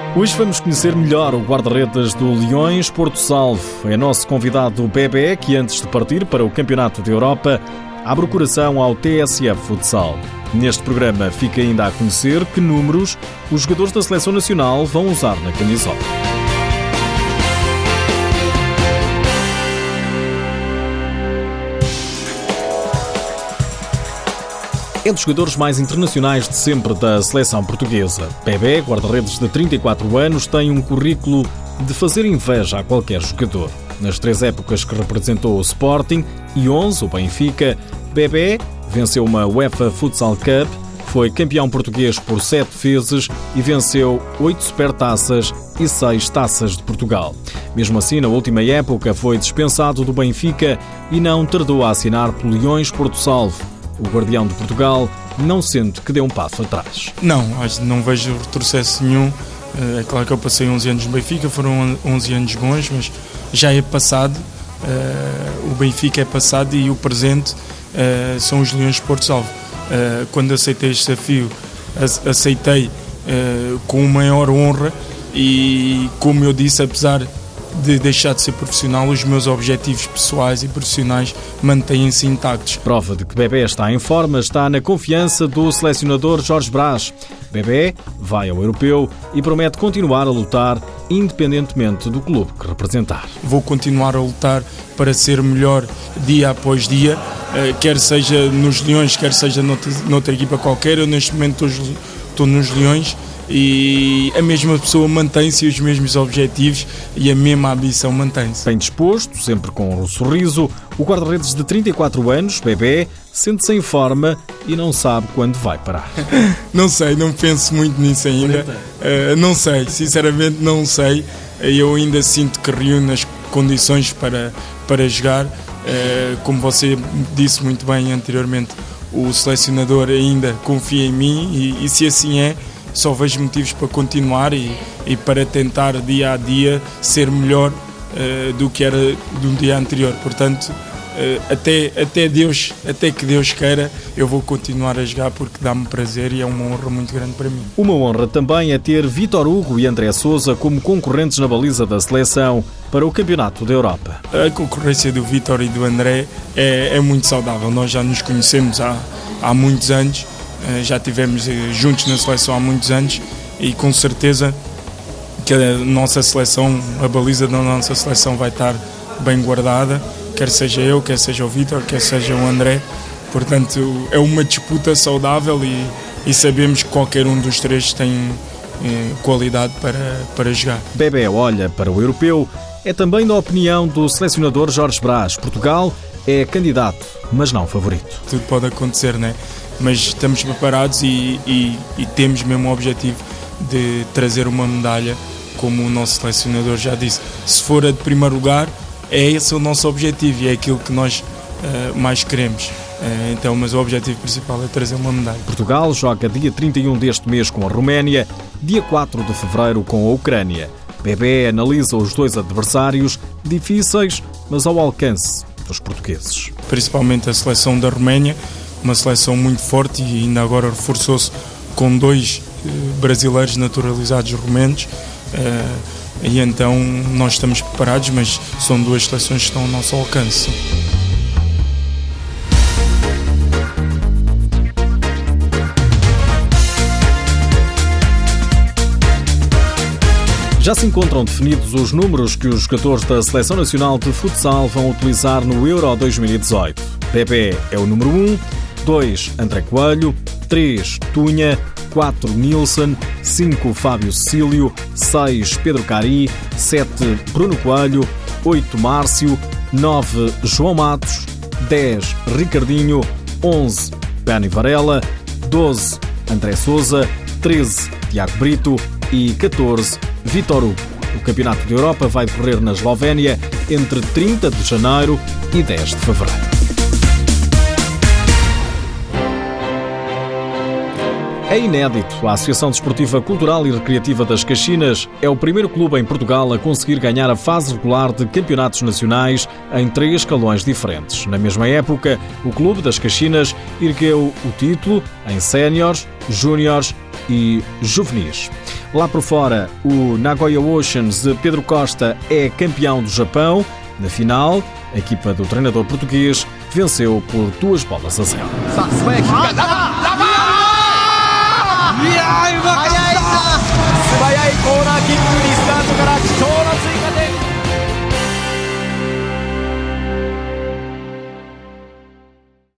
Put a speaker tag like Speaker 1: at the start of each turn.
Speaker 1: Hoje vamos conhecer melhor o guarda-redes do Leões Porto Salvo. É nosso convidado Bebé, que antes de partir para o Campeonato da Europa, abre o coração ao TSF Futsal. Neste programa fica ainda a conhecer que números os jogadores da Seleção Nacional vão usar na camisola. É dos jogadores mais internacionais de sempre da seleção portuguesa. Bebé, guarda-redes de 34 anos, tem um currículo de fazer inveja a qualquer jogador. Nas 3 épocas que representou o Sporting e 11 o Benfica, Bebé venceu uma UEFA Futsal Cup, foi campeão português por 7 vezes e venceu 8 supertaças e 6 taças de Portugal. Mesmo assim, na última época, foi dispensado do Benfica e não tardou a assinar pelo Leões Porto Salvo. O guardião de Portugal não sente que dê um passo atrás.
Speaker 2: Não vejo retrocesso nenhum. É claro que eu passei 11 anos no Benfica, foram 11 anos bons, mas já é passado. O Benfica é passado e o presente são os Leões de Porto Salvo. Quando aceitei este desafio, aceitei com maior honra e, como eu disse, apesar de deixar de ser profissional, os meus objetivos pessoais e profissionais mantêm-se intactos.
Speaker 1: Prova de que Bebé está em forma está na confiança do selecionador Jorge Brás. Bebé vai ao europeu e promete continuar a lutar independentemente do clube que representar.
Speaker 2: Vou continuar a lutar para ser melhor dia após dia, quer seja nos Leões, quer seja noutra equipa qualquer. Eu neste momento estou nos Leões e a mesma pessoa mantém-se, os mesmos objetivos e a mesma ambição mantém-se.
Speaker 1: Bem disposto, sempre com um sorriso, o guarda-redes de 34 anos, Bebé, sente-se em forma e não sabe quando vai parar.
Speaker 2: Não sei, não penso muito nisso ainda. Não sei, sinceramente não sei. Eu ainda sinto que reúno as condições para jogar. Como você disse muito bem anteriormente, o selecionador ainda confia em mim e se assim é, só vejo motivos para continuar e para tentar dia a dia ser melhor do que era do dia anterior. Portanto, até que Deus queira, eu vou continuar a jogar porque dá-me prazer e é uma honra muito grande para mim.
Speaker 1: Uma honra também é ter Vítor Hugo e André Sousa como concorrentes na baliza da seleção para o Campeonato da Europa.
Speaker 2: A concorrência do Vítor e do André é muito saudável. Nós já nos conhecemos há muitos anos. Já estivemos juntos na seleção há muitos anos e com certeza que a nossa seleção, a baliza da nossa seleção vai estar bem guardada, quer seja eu, quer seja o Vítor, quer seja o André. Portanto, é uma disputa saudável e sabemos que qualquer um dos três tem qualidade para jogar.
Speaker 1: Bebé olha para o europeu, é também da opinião do selecionador Jorge Brás. Portugal é candidato, mas não favorito.
Speaker 2: Tudo pode acontecer, não é? Mas estamos preparados e temos mesmo o objetivo de trazer uma medalha, como o nosso selecionador já disse. Se for a de primeiro lugar, é esse o nosso objetivo e é aquilo que nós mais queremos. Mas o objetivo principal é trazer uma medalha.
Speaker 1: Portugal joga dia 31 deste mês com a Roménia, dia 4 de fevereiro com a Ucrânia. Bebé analisa os 2 adversários, difíceis, mas ao alcance dos portugueses.
Speaker 2: Principalmente a seleção da Roménia, uma seleção muito forte e ainda agora reforçou-se com 2 brasileiros naturalizados romenos e então nós estamos preparados, mas são 2 seleções que estão ao nosso alcance.
Speaker 1: Já se encontram definidos os números que os jogadores da Seleção Nacional de Futsal vão utilizar no Euro 2018. Bebé é o número 1, 2 André Coelho, 3 Tunha, 4 Nilson, 5 Fábio Cecílio, 6 Pedro Cari, 7 Bruno Coelho, 8 Márcio, 9 João Matos, 10 Ricardinho, 11 Penny Varela, 12 André Sousa, 13 Tiago Brito e 14 Vítor Hugo. O Campeonato da Europa vai decorrer na Eslovénia entre 30 de janeiro e 10 de fevereiro. É inédito. A Associação Desportiva Cultural e Recreativa das Caxinas é o primeiro clube em Portugal a conseguir ganhar a fase regular de campeonatos nacionais em 3 escalões diferentes. Na mesma época, o Clube das Caxinas ergueu o título em séniores, júniores e juvenis. Lá por fora, o Nagoya Oceans de Pedro Costa é campeão do Japão. Na final, a equipa do treinador português venceu por 2-0.